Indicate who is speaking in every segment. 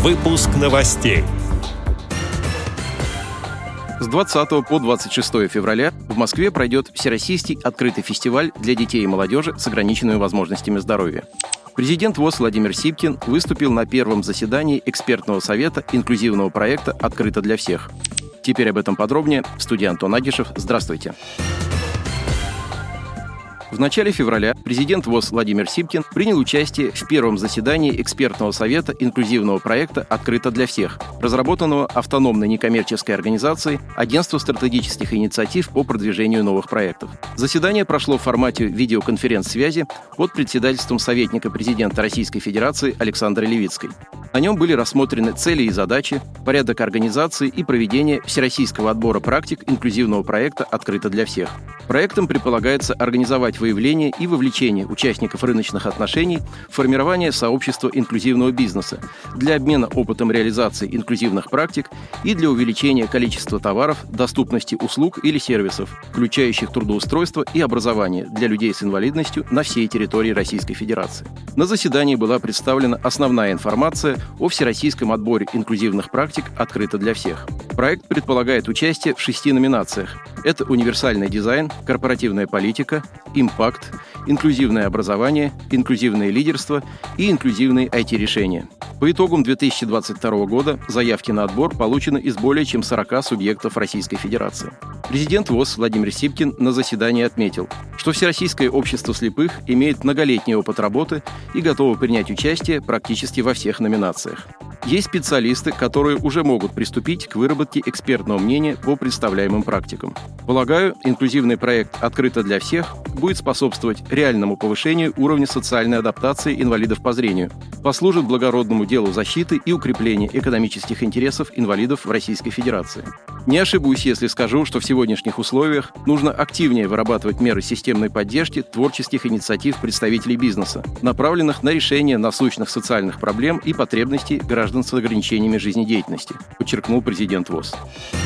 Speaker 1: Выпуск новостей.
Speaker 2: С 20 по 26 февраля в Москве пройдет Всероссийский открытый фестиваль для детей и молодежи с ограниченными возможностями здоровья. Президент ВОС Владимир Сипкин выступил на первом заседании экспертного совета инклюзивного проекта «Открыто для всех». Теперь об этом подробнее. В студии Антон Агишев. Здравствуйте. В начале февраля президент ВОС Владимир Сипкин принял участие в первом заседании экспертного совета инклюзивного проекта «Открыто для всех», разработанного автономной некоммерческой организацией Агентство стратегических инициатив по продвижению новых проектов. Заседание прошло в формате видеоконференц-связи под председательством советника президента Российской Федерации Александры Левицкой. На нем были рассмотрены цели и задачи, порядок организации и проведения всероссийского отбора практик инклюзивного проекта «Открыто для всех». Проектом предполагается организовать выявление и вовлечение участников рыночных отношений в формирование сообщества инклюзивного бизнеса для обмена опытом реализации инклюзивных практик и для увеличения количества товаров, доступности услуг или сервисов, включающих трудоустройство и образование для людей с инвалидностью на всей территории Российской Федерации. На заседании была представлена основная информация о всероссийском отборе инклюзивных практик «Открыто для всех». Проект предполагает участие в 6 номинациях. Это универсальный дизайн, корпоративная политика, импакт, инклюзивное образование, инклюзивное лидерство и инклюзивные IT-решения. По итогам 2022 года заявки на отбор получены из более чем 40 субъектов Российской Федерации. Президент ВОС Владимир Сипкин на заседании отметил, что Всероссийское общество слепых имеет многолетний опыт работы и готово принять участие практически во всех номинациях. Есть специалисты, которые уже могут приступить к выработке экспертного мнения по представляемым практикам. Полагаю, инклюзивный проект «Открыто для всех» будет способствовать реальному повышению уровня социальной адаптации инвалидов по зрению, послужит благородному делу защиты и укрепления экономических интересов инвалидов в Российской Федерации. Не ошибусь, если скажу, что в сегодняшних условиях нужно активнее вырабатывать меры системной поддержки творческих инициатив представителей бизнеса, направленных на решение насущных социальных проблем и потребностей граждан с ограничениями жизнедеятельности, подчеркнул президент ВОС.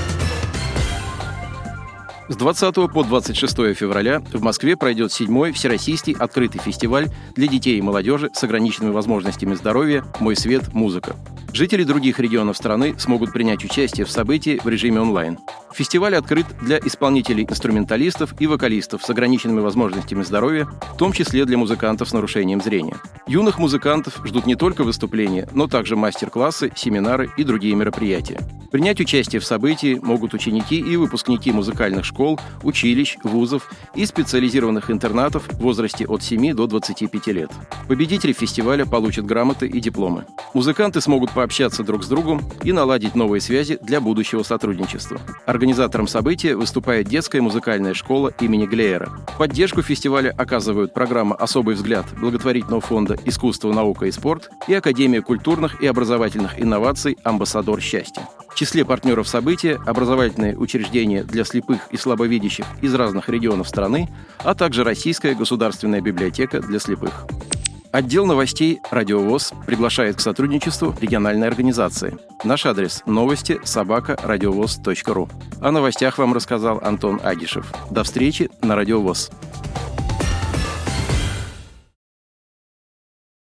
Speaker 2: С 20 по 26 февраля в Москве пройдет 7-й Всероссийский открытый фестиваль для детей и молодежи с ограниченными возможностями здоровья «Мой свет. Музыка». Жители других регионов страны смогут принять участие в событии в режиме онлайн. Фестиваль открыт для исполнителей-инструменталистов и вокалистов с ограниченными возможностями здоровья, в том числе для музыкантов с нарушением зрения. Юных музыкантов ждут не только выступления, но также мастер-классы, семинары и другие мероприятия. Принять участие в событии могут ученики и выпускники музыкальных школ, училищ, вузов и специализированных интернатов в возрасте от 7 до 25 лет. Победители фестиваля получат грамоты и дипломы. Музыканты смогут пообщаться друг с другом и наладить новые связи для будущего сотрудничества. Организатором события выступает детская музыкальная школа имени Глеера. Поддержку фестиваля оказывают программа «Особый взгляд» благотворительного фонда «Искусство, наука и спорт» и Академия культурных и образовательных инноваций «Амбассадор счастья». В числе партнеров события образовательные учреждения для слепых и слабовидящих из разных регионов страны, а также Российская государственная библиотека для слепых. Отдел новостей «Радио ВОС» приглашает к сотрудничеству региональной организации. Наш адрес – новости@радиовос.ру. О новостях вам рассказал Антон Агишев. До встречи на «Радио ВОС».